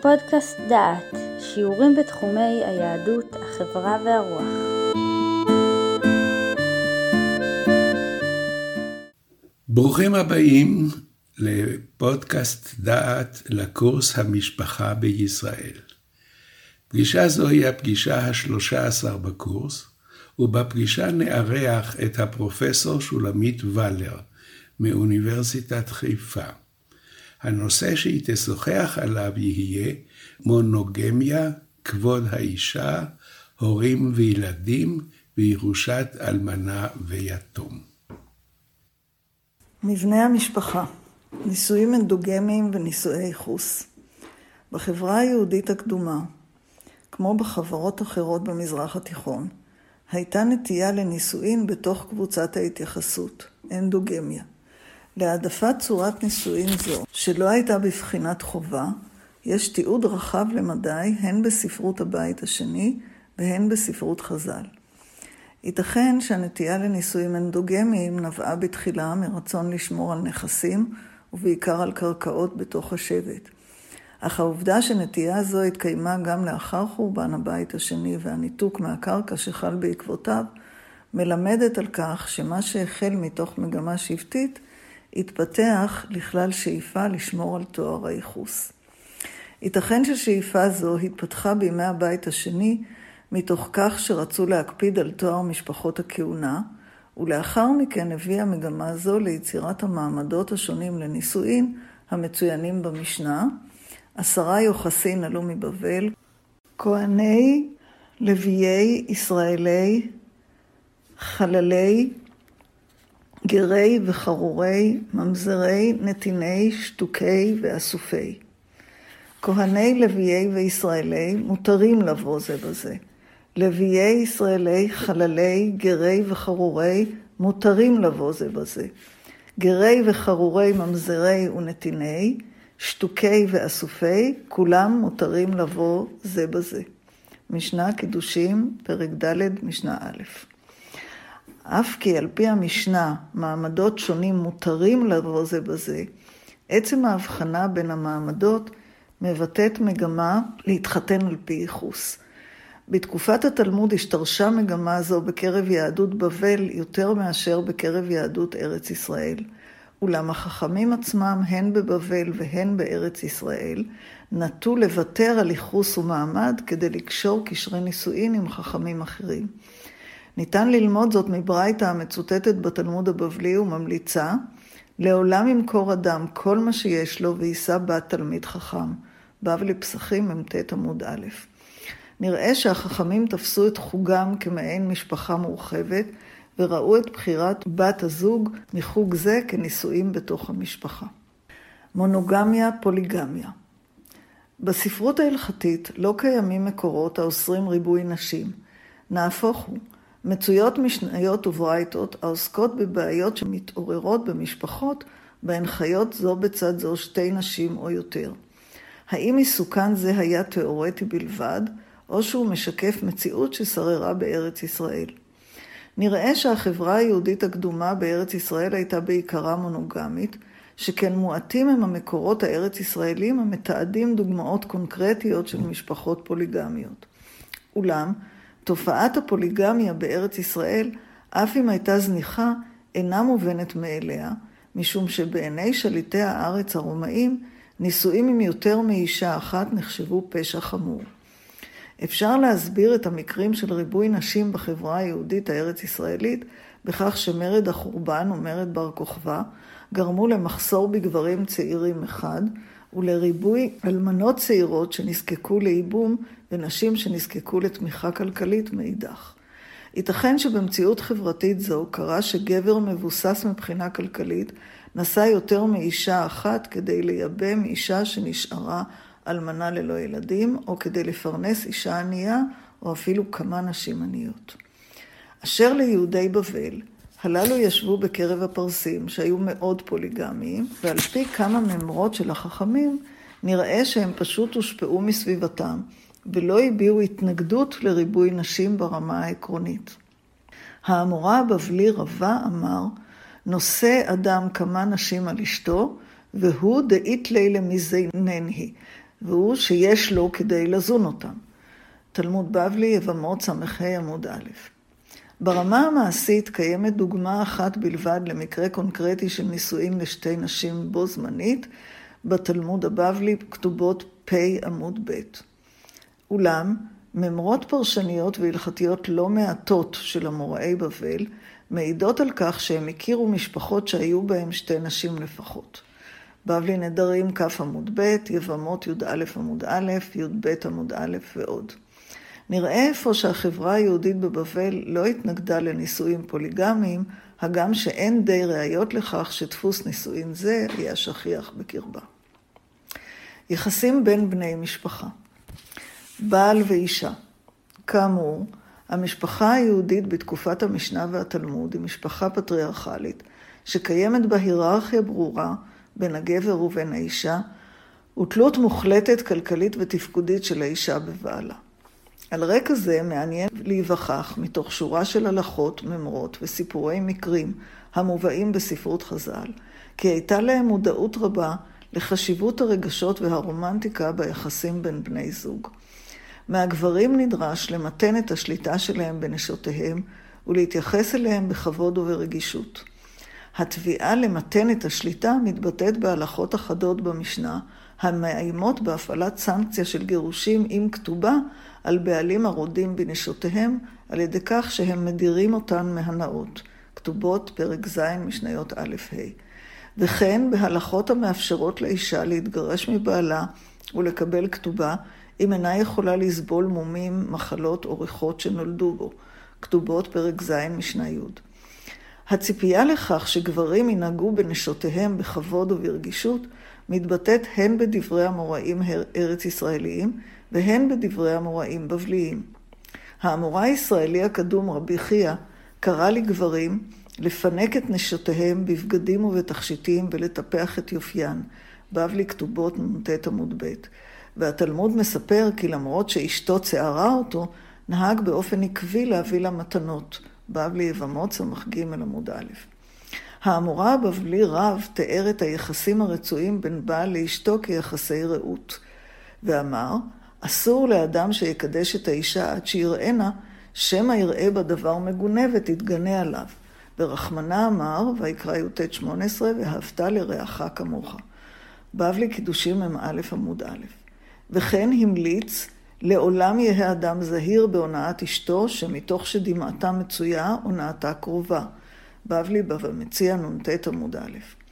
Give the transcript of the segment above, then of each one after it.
פודקאסט דעת, שיעורים בתחומי היהדות, החברה והרוח. ברוכים הבאים לפודקאסט דעת לקורס המשפחה בישראל. פגישה זו היא הפגישה ה-13 בקורס, ובפגישה נארח את הפרופסור שולמית ולר מאוניברסיטת חיפה. הנושא שהיא תשוחח עליו יהיה מונוגמיה, כבוד האישה, הורים וילדים וירושת אלמנה ויתום. מבנה המשפחה, נישואים אנדוגמיים ונישואי ייחוס. בחברה היהודית הקדומה, כמו בחברות אחרות במזרח התיכון, הייתה נטייה לנישואין בתוך קבוצת ההתייחסות, אנדוגמיה. להעדפת צורת נישואין זו, שלא הייתה בבחינת חובה, יש תיעוד רחב למדי הן בספרות הבית השני והן בספרות חז"ל. ייתכן שהנטייה לנישואים אנדוגמיים נבעה בתחילה מרצון לשמור על נכסים ובעיקר על קרקעות בתוך השבט. אך העובדה שנטייה זו התקיימה גם לאחר חורבן הבית השני והניתוק מהקרקע שחל בעקבותיו, מלמדת על כך שמה שהחל מתוך מגמה שבטית התפתח לכלל שאיפה לשמור על תואר הייחוס. ייתכן ששאיפה זו התפתחה בימי הבית השני מתוך כך שרצו להקפיד על תואר משפחות הכהונה, ולאחר מכן הביאה מגמה זו ליצירת המעמדות השונים לנישואין המצוינים במשנה. 10 יוחסין עלו מבבל, כהני, לוויי, ישראלי, חללי, גרי וחרורי, ממזרי, נתיני, שטוקי ואסופי. כהני, לוויי וישראלי מותרים לבוא זה בזה. לוויי, ישראלי, חללי, גרי וחרורי מותרים לבוא זה בזה. גרי וחרורי, ממזרי ונתיני, שטוקי ואסופי, כולם מותרים לבוא זה בזה. משנה קידושים, פרק ד' משנה א'. אף כי על פי המשנה מעמדות שונים מותרים לבוא זה בזה, עצם ההבחנה בין המעמדות מבטאת מגמה להתחתן על פי ייחוס. בתקופת התלמוד השתרשה מגמה זו בקרב יהדות בבל יותר מאשר בקרב יהדות ארץ ישראל. אולם החכמים עצמם, הן בבבל והן בארץ ישראל, נטו לוותר על ייחוס ומעמד כדי לקשור קשרי נישואין עם חכמים אחרים. ניתן ללמוד זאת מברייתא המצוטטת בתלמוד הבבלי וממליצה, לעולם ימכור אדם כל מה שיש לו ויישא בת תלמיד חכם. בבלי פסחים מ"ט עמוד א'. נראה שהחכמים תפסו את חוגם כמעין משפחה מורחבת, וראו את בחירת בת הזוג מחוג זה כנישואים בתוך המשפחה. מונוגמיה, פוליגמיה. בספרות ההלכתית לא קיימים מקורות האוסרים ריבוי נשים. נהפוך הוא, מצויות משניות וברייתות העוסקות בבעיות שמתעוררות במשפחות בהן חיות זו בצד זו 2 נשים או יותר. האם עיסוקן זה היה תיאורטי בלבד, או שהוא משקף מציאות ששררה בארץ ישראל? נראה שהחברה היהודית הקדומה בארץ ישראל הייתה בעיקרה מונוגמית, שכן מועטים הם המקורות הארץ ישראלים המתעדים דוגמאות קונקרטיות של משפחות פוליגמיות. אולם, תופעת הפוליגמיה בארץ ישראל, אף אם הייתה זניחה, אינה מובנת מאליה, משום שבעיני שליטי הארץ הרומאים, נישואים עם יותר מאישה אחת נחשבו פשע חמור. אפשר להסביר את המקרים של ריבוי נשים בחברה היהודית הארץ ישראלית, בכך שמרד החורבן ומרד בר כוכבא גרמו למחסור בגברים צעירים אחד, ולריבוי אלמנות צעירות שנזקקו לאיבום ונשים שנזקקו לתמיכה כלכלית מאידך. ייתכן שבמציאות חברתית זו קרה שגבר מבוסס מבחינה כלכלית נשא יותר מאישה אחת כדי לייבם אישה שנשארה אלמנה ללא ילדים, או כדי לפרנס אישה ענייה, או אפילו כמה נשים עניות. אשר ליהודי בבל, הללו ישבו בקרב הפרסים שהיו מאוד פוליגמיים, ועל פי כמה ממרות של החכמים, נראה שהם פשוט הושפעו מסביבתם, ולא הביעו התנגדות לריבוי נשים ברמה העקרונית. האמורא הבבלי רבה אמר, נושא אדם כמה נשים על אשתו, והוא דאית לילה מזינן היא. והוא שיש לו כדי לזון אותם. תלמוד בבלי, יבמות ס"ה עמוד א'. ברמה המעשית קיימת דוגמה אחת בלבד למקרה קונקרטי של נישואים לשתי נשים בו זמנית, בתלמוד הבבלי כתובות פ' עמוד ב'. אולם, ממרות פרשניות והלכתיות לא מעטות של אמוראי בבל, מעידות על כך שהם הכירו משפחות שהיו בהם שתי נשים לפחות. בבלי נדרים כ' עמוד ב', יבמות י"א עמוד א', י"ב עמוד א' ועוד. נראה איפה שהחברה היהודית בבבל לא התנגדה לנישואים פוליגמיים, הגם שאין די ראיות לכך שדפוס נישואין זה היה שכיח בקרבה. יחסים בין בני משפחה. בעל ואישה. כאמור, המשפחה היהודית בתקופת המשנה והתלמוד היא משפחה פטריארכלית, שקיימת בה היררכיה ברורה בין הגבר ובין האישה, ותלות מוחלטת כלכלית ותפקודית של האישה בבעלה. על רקע זה מעניין להיווכח מתוך שורה של הלכות, ממרות וסיפורי מקרים המובאים בספרות חז"ל, כי הייתה להם מודעות רבה לחשיבות הרגשות והרומנטיקה ביחסים בין בני זוג. מהגברים נדרש למתן את השליטה שלהם בנשותיהם ולהתייחס אליהם בכבוד וברגישות. התביעה למתן את השליטה מתבטאת בהלכות אחדות במשנה, המאיימות בהפעלת סנקציה של גירושים עם כתובה על בעלים הרודים בנשותיהם, על ידי כך שהם מדירים אותן מהנאות. כתובות פרק ז' משניות א' ה'. וכן בהלכות המאפשרות לאישה להתגרש מבעלה ולקבל כתובה, אם אינה יכולה לסבול מומים, מחלות או ריחות שנולדו בו. כתובות פרק ז' משנה י'. הציפייה לכך שגברים ינהגו בנשותיהם בכבוד וברגישות, מתבטאת הן בדברי המוראים ארץ ישראליים, והן בדברי המוראים בבליים. האמורא הישראלי הקדום רבי חייא קרא לגברים לפנק את נשותיהם בבגדים ובתכשיטים ולטפח את יופיין. בבלי כתובות נ"ט עמוד ב'. והתלמוד מספר כי למרות שאשתו צערה אותו, נהג באופן עקבי להביא לה מתנות. בבלי יבמות ס"ג עמוד א'. האמורא הבבלי רב תיאר את היחסים הרצויים בין בעל לאשתו כיחסי רעות, ואמר, אסור לאדם שיקדש את האישה עד שיראנה, שמא יראה בדבר מגונה ותתגנה עליו. ברחמנה אמר, ויקרא י"ט 18, ואהבת לרעך כמוך. בבלי קידושים מ"א עמוד א'. וכן המליץ, לעולם יהיה אדם זהיר בהונאת אשתו, שמתוך שדמעתה מצויה, הונאתה קרובה. בבלי בבא מציעא נ"ט עמוד א'.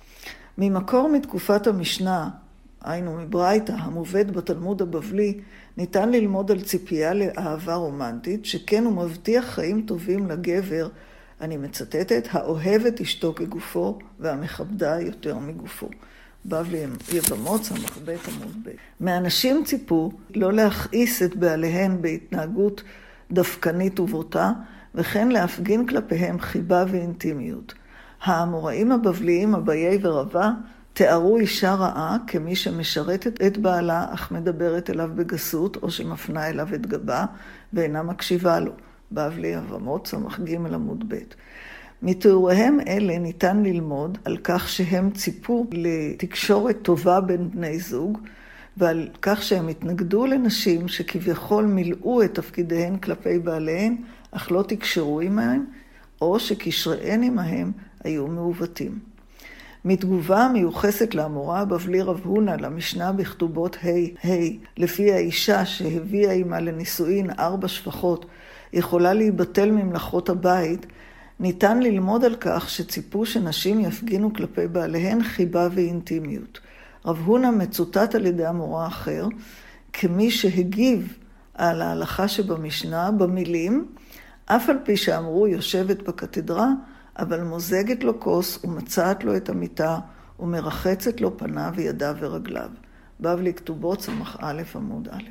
ממקור מתקופת המשנה, היינו מברייתא, המובאת בתלמוד הבבלי, ניתן ללמוד על ציפייה לאהבה רומנטית, שכן הוא מבטיח חיים טובים לגבר, אני מצטטת, האוהב את אשתו כגופו והמכבדה יותר מגופו. בבלי יבמות ס"ב עמוד ב'. מהנשים ציפו לא להכעיס את בעליהן בהתנהגות דווקנית ובוטה, וכן להפגין כלפיהם חיבה ואינטימיות. האמוראים הבבליים, אביי ורבא, תיארו אישה רעה כמי שמשרתת את בעלה, אך מדברת אליו בגסות, או שמפנה אליו את גבה, ואינה מקשיבה לו. בבלי יבמות ס"ג עמוד ב'. מתיאוריהם אלה ניתן ללמוד על כך שהם ציפו לתקשורת טובה בין בני זוג, ועל כך שהם התנגדו לנשים שכביכול מילאו את תפקידיהן כלפי בעליהן, אך לא תקשרו עמהם, או שקשריהן עמהם היו מעוותים. מתגובה המיוחסת לאמורא הבבלי רב הונא למשנה בכתובות ה' לפי האישה שהביאה עמה לנישואין 4 שפחות, יכולה להיבטל ממלאכות הבית, ניתן ללמוד על כך שציפו שנשים יפגינו כלפי בעליהן חיבה ואינטימיות. רב הונא מצוטט על ידי אמורא אחר, כמי שהגיב על ההלכה שבמשנה במילים, אף על פי שאמרו יושבת בקתדרה, אבל מוזגת לו כוס ומצאת לו את המיטה ומרחצת לו פניו וידיו ורגליו. בבלי כתובות ס"א עמוד א'.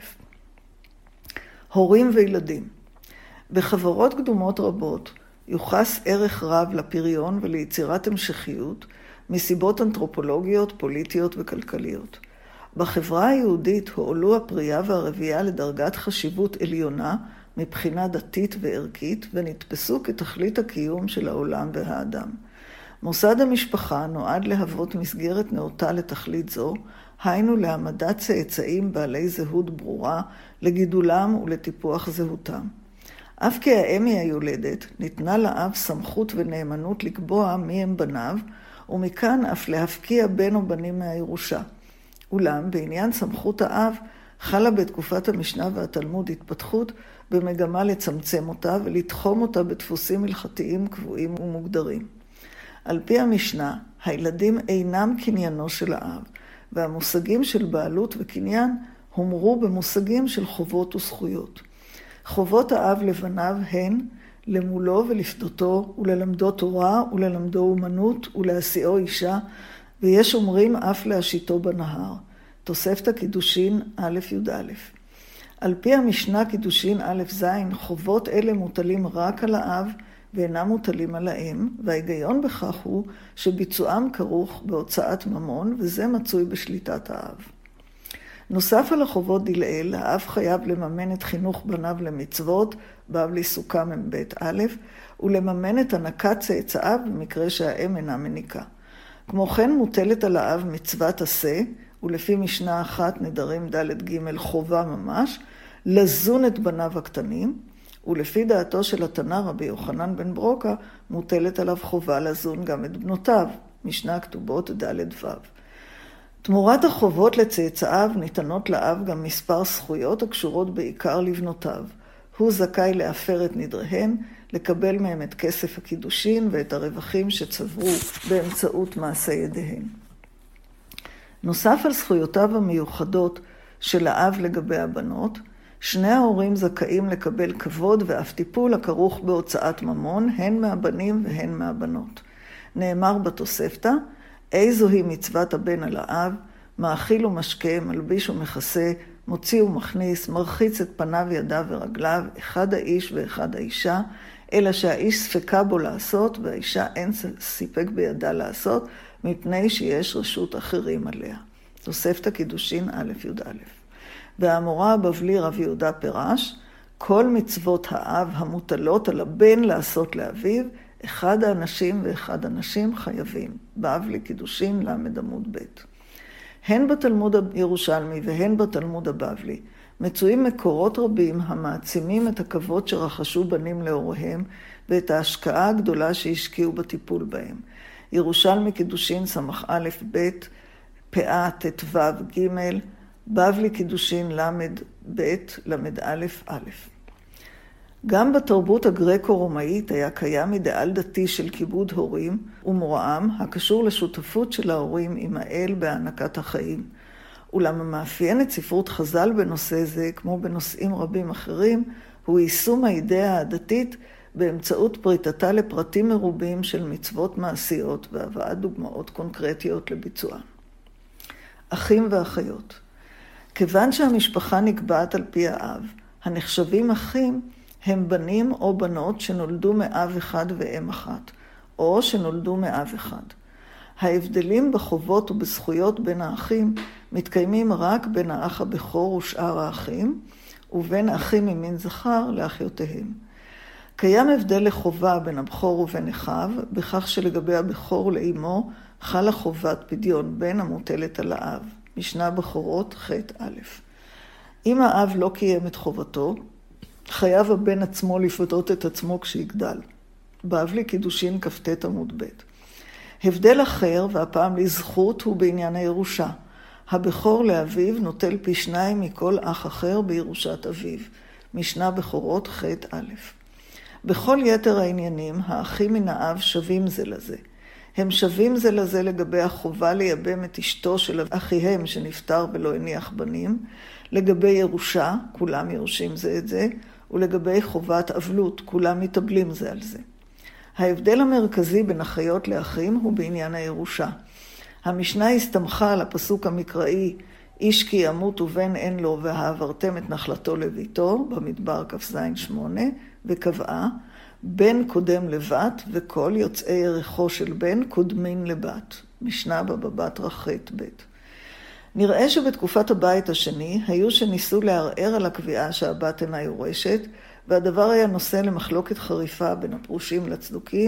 הורים וילדים. בחברות קדומות רבות יוחס ערך רב לפריון וליצירת המשכיות מסיבות אנתרופולוגיות, פוליטיות וכלכליות. בחברה היהודית הועלו הפרייה והרבייה לדרגת חשיבות עליונה מבחינה דתית וערכית, ונתפסו כתכלית הקיום של העולם והאדם. מוסד המשפחה נועד להוות מסגרת נאותה לתכלית זו, היינו להעמדת צאצאים בעלי זהות ברורה, לגידולם ולטיפוח זהותם. אף כי האם היא היולדת, ניתנה לאב סמכות ונאמנות לקבוע מי הם בניו, ומכאן אף להפקיע בן או בנים מהירושה. אולם, בעניין סמכות האב, חלה בתקופת המשנה והתלמוד התפתחות במגמה לצמצם אותה ולתחום אותה בדפוסים הלכתיים קבועים ומוגדרים. על פי המשנה, הילדים אינם קניינו של האב, והמושגים של בעלות וקניין הומרו במושגים של חובות וזכויות. חובות האב לבניו הן למולו ולפדותו וללמדו תורה וללמדו אומנות ולהשיאו אישה, ויש אומרים אף להשיתו בנהר. תוספתא קידושין א' י"א. על פי המשנה קידושין א' ז', חובות אלה מוטלים רק על האב ואינם מוטלים על האם, וההיגיון בכך הוא שביצועם כרוך בהוצאת ממון, וזה מצוי בשליטת האב. נוסף על החובות דלעיל, האב חייב לממן את חינוך בניו למצוות, בבלי סוכה מ"ב א', ולממן את הנקת צאצאיו במקרה שהאם אינה מניקה. כמו כן מוטלת על האב מצוות עשה, ולפי משנה אחת נדרים ד' ג' חובה ממש, לזון את בניו הקטנים, ולפי דעתו של התנא רבי יוחנן בן ברוקה, מוטלת עליו חובה לזון גם את בנותיו, משנה כתובות ד' ו'. תמורת החובות לצאצאיו ניתנות לאב גם מספר זכויות הקשורות בעיקר לבנותיו. הוא זכאי להפר את נדריהן, לקבל מהם את כסף הקידושין ואת הרווחים שצברו באמצעות מעשה ידיהן. נוסף על זכויותיו המיוחדות של האב לגבי הבנות, שני ההורים זכאים לקבל כבוד ואף טיפול הכרוך בהוצאת ממון, הן מהבנים והן מהבנות. נאמר בתוספתא, איזו היא מצוות הבן על האב, מאכיל ומשקה, מלביש ומכסה, מוציא ומכניס, מרחיץ את פניו, ידיו ורגליו, אחד האיש ואחד האישה, אלא שהאיש ספקה בו לעשות, והאישה אין סיפק בידה לעשות, מפני שיש רשות אחרים עליה. תוספתא קידושין א' י"א. והאמורא הבבלי רב יהודה פירש, כל מצוות האב המוטלות על הבן לעשות לאביו, אחד האנשים ואחד הנשים חייבים. בבלי קידושין למד עמוד ב'. הן בתלמוד הירושלמי והן בתלמוד הבבלי, מצויים מקורות רבים המעצימים את הכבוד שרכשו בנים להוריהם, ואת ההשקעה הגדולה שהשקיעו בטיפול בהם. ירושלמי קידושין סמ"א ב', פאה ט"ו ג', בבלי קידושין למד ב', למד א' א'. גם בתרבות הגרקו-רומאית היה קיים אידאל דתי של כיבוד הורים ומוראם, הקשור לשותפות של ההורים עם האל בהענקת החיים. אולם המאפיין את ספרות חז"ל בנושא זה, כמו בנושאים רבים אחרים, הוא יישום האידאה הדתית באמצעות פריטתה לפרטים מרובים של מצוות מעשיות והבאת דוגמאות קונקרטיות לביצוען. אחים ואחיות. כיוון שהמשפחה נקבעת על פי האב, הנחשבים אחים הם בנים או בנות שנולדו מאב אחד ואם אחת, או שנולדו מאב אחד. ההבדלים בחובות ובזכויות בין האחים מתקיימים רק בין האח הבכור ושאר האחים, ובין אחים ממין זכר לאחיותיהם. קיים הבדל לחובה בין הבכור ובין אחיו, בכך שלגבי הבכור לאמו חלה חובת פדיון בן המוטלת על האב. משנה בכורות ח' א'. אם האב לא קיים את חובתו, חייב הבן עצמו לפדות את עצמו כשיגדל. בבלי קידושין כ"ט עמוד ב'. הבדל אחר, והפעם לזכות, הוא בעניין הירושה. הבכור לאביו נוטל פי 2 מכל אח אחר בירושת אביו. משנה בכורות ח' א'. בכל יתר העניינים, האחים מן האב שווים זה לזה. הם שווים זה לזה לגבי החובה לייבם את אשתו של אחיהם שנפטר ולא הניח בנים, לגבי ירושה, כולם יורשים זה את זה, ולגבי חובת אבלות, כולם מתאבלים זה על זה. ההבדל המרכזי בין אחיות לאחים הוא בעניין הירושה. המשנה הסתמכה על הפסוק המקראי, איש כי ימות ובן אין לו והעברתם את נחלתו לביתו, במדבר כ"ז 8, וקבעה, בן קודם לבת וכל יוצאי ירחו של בן קודמין לבת. משנה בבא בתרא ח' ב'. נראה שבתקופת הבית השני היו שניסו לערער על הקביעה שהבת אינה יורשת, והדבר היה נושא למחלוקת חריפה בין הפרושים לצדוקים,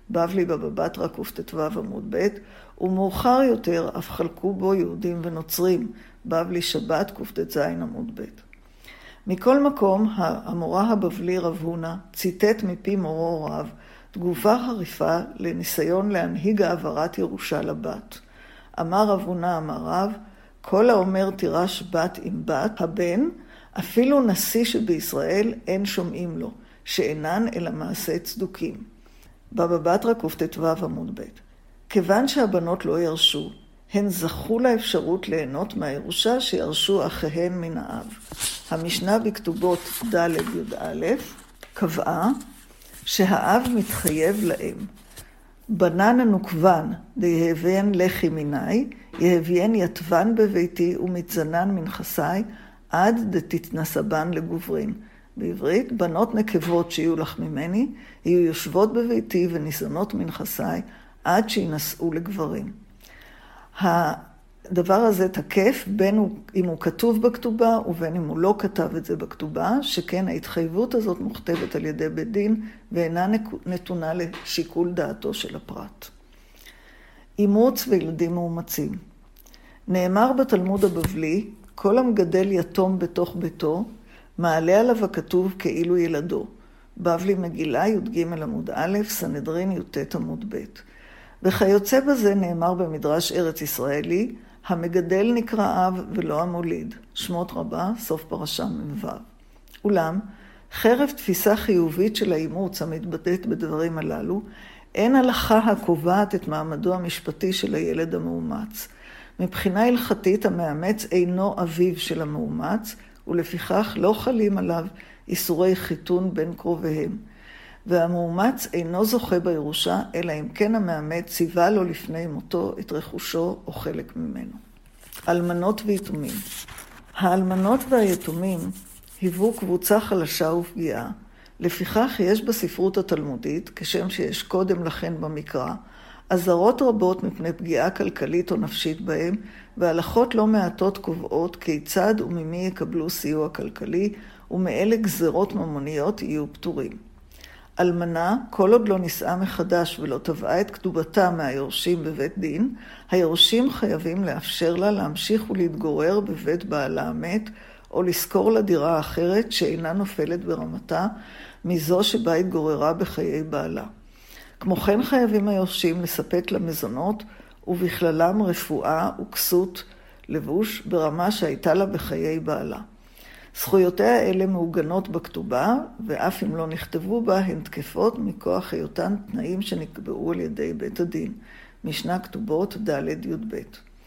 בבלי בבא בתרא קט"ו עמוד ב', ומאוחר יותר אף חלקו בו יהודים ונוצרים, בבלי שבת קט"ז עמוד ב'. מכל מקום, המורה הבבלי רב הונא ציטט מפי מורו רב תגובה חריפה לניסיון להנהיג העברת ירושה לבת. אמר רב הונא, אמר רב, כל האומר תירש בת עם בת, הבן, אפילו נשיא שבישראל אין שומעים לו, שאינן אלא מעשה צדוקים. בבא בתרא קט"ו עמוד ב'. כיוון שהבנות לא ירשו, הן זכו לאפשרות ליהנות מהירושה שירשו אחיהן מן האב. המשנה בכתובות ד' י"א קבעה שהאב מתחייב להם. בנן הנוקבן דיהביין לחי מיני, יהביין יתבן בביתי ומצזנן מנכסי, עד דתתנסבן לגוברין. בעברית, בנות נקבות שיהיו לך ממני, יהיו יושבות בביתי וניזונות מנכסי, עד שינשאו לגברים. הדבר הזה תקף בין אם הוא כתוב בכתובה ובין אם הוא לא כתב את זה בכתובה, שכן ההתחייבות הזאת מוכתבת על ידי בית דין ואינה נתונה לשיקול דעתו של הפרט. אימוץ וילדים מאומצים. נאמר בתלמוד הבבלי, כל המגדל יתום בתוך ביתו, מעלה עליו הכתוב כאילו ילדו. בבלי מגילה י"ג עמוד א', סנהדרין י"ט עמוד ב'. וכיוצא בזה נאמר במדרש ארץ ישראלי, המגדל נקרא אב ולא המוליד. שמות רבה, סוף פרשה מ"ו. אולם, חרף תפיסה חיובית של האימוץ המתבטאת בדברים הללו, אין הלכה הקובעת את מעמדו המשפטי של הילד המאומץ. מבחינה הלכתית המאמץ אינו אביו של המאומץ, ולפיכך לא חלים עליו איסורי חיתון בין קרוביהם. והמאומץ אינו זוכה בירושה, אלא אם כן המאמץ ציווה לו לפני מותו את רכושו או חלק ממנו. אלמנות ויתומים. האלמנות והיתומים היוו קבוצה חלשה ופגיעה. לפיכך יש בספרות התלמודית, כשם שיש קודם לכן במקרא, אזהרות רבות מפני פגיעה כלכלית או נפשית בהם, והלכות לא מעטות קובעות כיצד וממי יקבלו סיוע כלכלי, ומאלה גזרות ממוניות יהיו פטורים. אלמנה, כל עוד לא נישאה מחדש ולא תבעה את כתובתה מהיורשים בבית דין, היורשים חייבים לאפשר לה להמשיך ולהתגורר בבית בעלה המת, או לשכור לה דירה אחרת שאינה נופלת ברמתה מזו שבה התגוררה בחיי בעלה. כמו כן חייבים היורשים לספק לה מזונות, ובכללם רפואה וכסות לבוש ברמה שהייתה לה בחיי בעלה. זכויותיה אלה מעוגנות בכתובה, ואף אם לא נכתבו בה, הן תקפות מכוח היותן תנאים שנקבעו על ידי בית הדין. משנה כתובות ד' י"ב.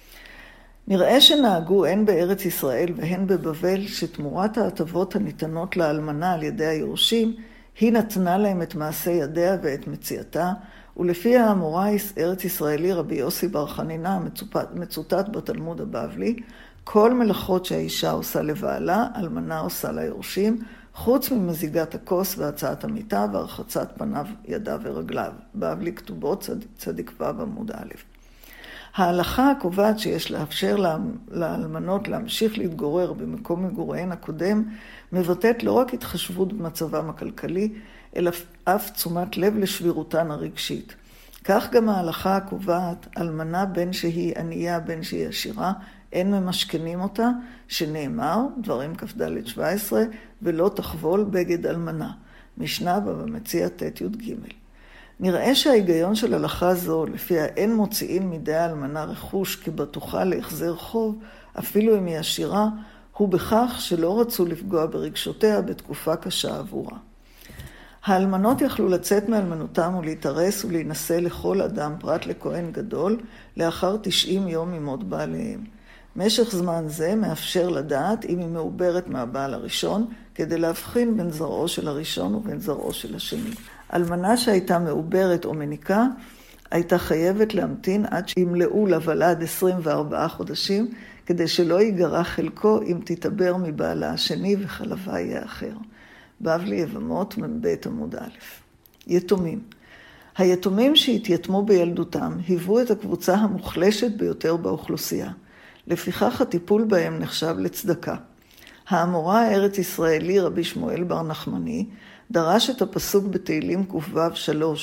נראה שנהגו הן בארץ ישראל והן בבבל, שתמורת ההטבות הניתנות לאלמנה על ידי היורשים, היא נתנה להם את מעשה ידיה ואת מציאתה, ולפי האמורה ארץ ישראלי רבי יוסי בר חנינא, מצוטט בתלמוד הבבלי, כל מלאכות שהאישה עושה לבעלה, אלמנה עושה ליורשים, חוץ ממזיגת הכוס והצעת המיטה והרחצת פניו, ידיו ורגליו. בבלי כתובות צדיק ו' עמוד א'. ההלכה הקובעת שיש לאפשר לאלמנות להמשיך להתגורר במקום מגוריהן הקודם, מבטאת לא רק התחשבות במצבם הכלכלי, אלא אף תשומת לב לשבירותן הרגשית. כך גם ההלכה הקובעת, אלמנה בין שהיא ענייה בין שהיא עשירה, אין ממשכנים אותה, שנאמר, דברים כ"ד 17, ולא תחבול בגד אלמנה. משנה במציע ט' י"ג. נראה שההיגיון של הלכה זו, לפיה אין מוציאים מידי האלמנה רכוש כבטוחה להחזר חוב, אפילו אם היא עשירה, הוא בכך שלא רצו לפגוע ברגשותיה בתקופה קשה עבורה. האלמנות יכלו לצאת מאלמנותם ולהתארס ולהינשא לכל אדם פרט לכהן גדול, לאחר 90 יום ממות בעליהם. משך זמן זה מאפשר לדעת אם היא מעוברת מהבעל הראשון, כדי להבחין בין זרעו של הראשון ובין זרעו של השני. אלמנה שהייתה מעוברת או מניקה, הייתה חייבת להמתין עד שימלאו לוולד 24 חודשים, כדי שלא ייגרע חלקו אם תתעבר מבעלה השני וחלבה יהיה אחר. בבלי יבמות מ"ב עמוד א'. יתומים. היתומים שהתייתמו בילדותם היוו את הקבוצה המוחלשת ביותר באוכלוסייה. לפיכך הטיפול בהם נחשב לצדקה. האמורה הארץ ישראלי רבי שמואל בר נחמני דרש את הפסוק בתהילים ק"ו 3,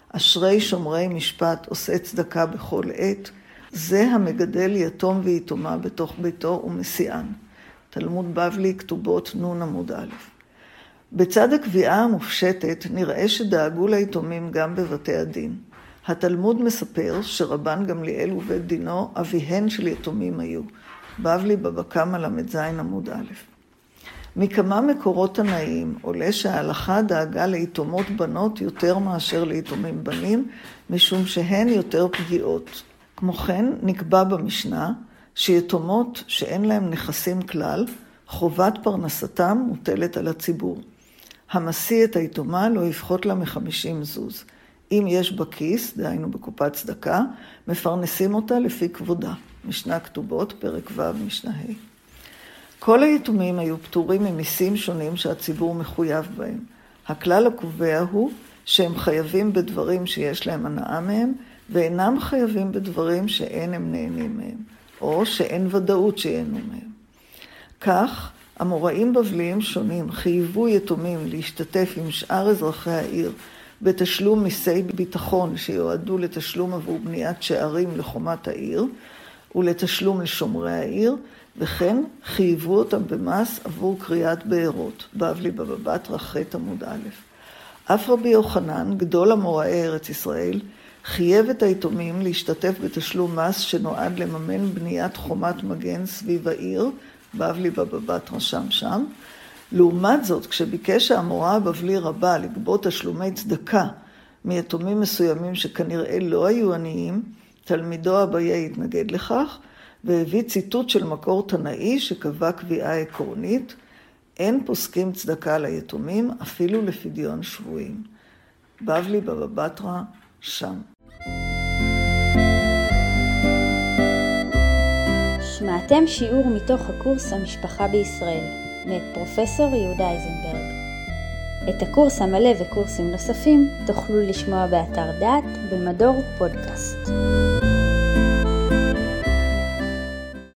אשרי שומרי משפט עושה צדקה בכל עת, זה המגדל יתום ויתומה בתוך ביתו ומסיען. תלמוד בבלי, כתובות נ' עמוד א'. בצד הקביעה המופשטת נראה שדאגו ליתומים גם בבתי הדין. התלמוד מספר שרבן גמליאל ובית דינו אביהן של יתומים היו. בבלי בבא קמא ל"ז עמוד א'. מכמה מקורות תנאיים עולה שההלכה דאגה ליתומות בנות יותר מאשר ליתומים בנים, משום שהן יותר פגיעות. כמו כן נקבע במשנה שיתומות שאין להם נכסים כלל, חובת פרנסתם מוטלת על הציבור. המשיא את היתומה לא יפחות לה 50 זוז. אם יש בכיס, דהיינו בקופת צדקה, מפרנסים אותה לפי כבודה. משנה כתובות, פרק ו' משנה ה'. כל היתומים היו פטורים ממיסים שונים שהציבור מחויב בהם. הכלל הקובע הוא שהם חייבים בדברים שיש להם הנאה מהם, ואינם חייבים בדברים שאין הם נהנים מהם, או שאין ודאות שיהנו מהם. כך, אמוראים בבליים שונים חייבו יתומים להשתתף עם שאר אזרחי העיר בתשלום מיסי ביטחון שיועדו לתשלום עבור בניית שערים לחומת העיר ולתשלום לשומרי העיר, וכן חייבו אותם במס עבור קריאת בארות. בבלי בבא בתרא ח' עמוד א'. אף רבי יוחנן, גדול אמוראי ארץ ישראל, חייב את היתומים להשתתף בתשלום מס שנועד לממן בניית חומת מגן סביב העיר, בבלי בבא בתרא שם. לעומת זאת, כשביקש האמורא הבבלי רבה לגבות תשלומי צדקה מיתומים מסוימים שכנראה לא היו עניים, תלמידו אביי התנגד לכך, והביא ציטוט של מקור תנאי שקבע קביעה עקרונית, אין פוסקים צדקה ליתומים אפילו לפדיון שבויים. בבלי בבא בתרא שם. שמעתם שיעור מתוך הקורס המשפחה בישראל, מאת פרופסור יהודה איזנברג. את הקורס המלא וקורסים נוספים תוכלו לשמוע באתר דעת במדור פודקאסט.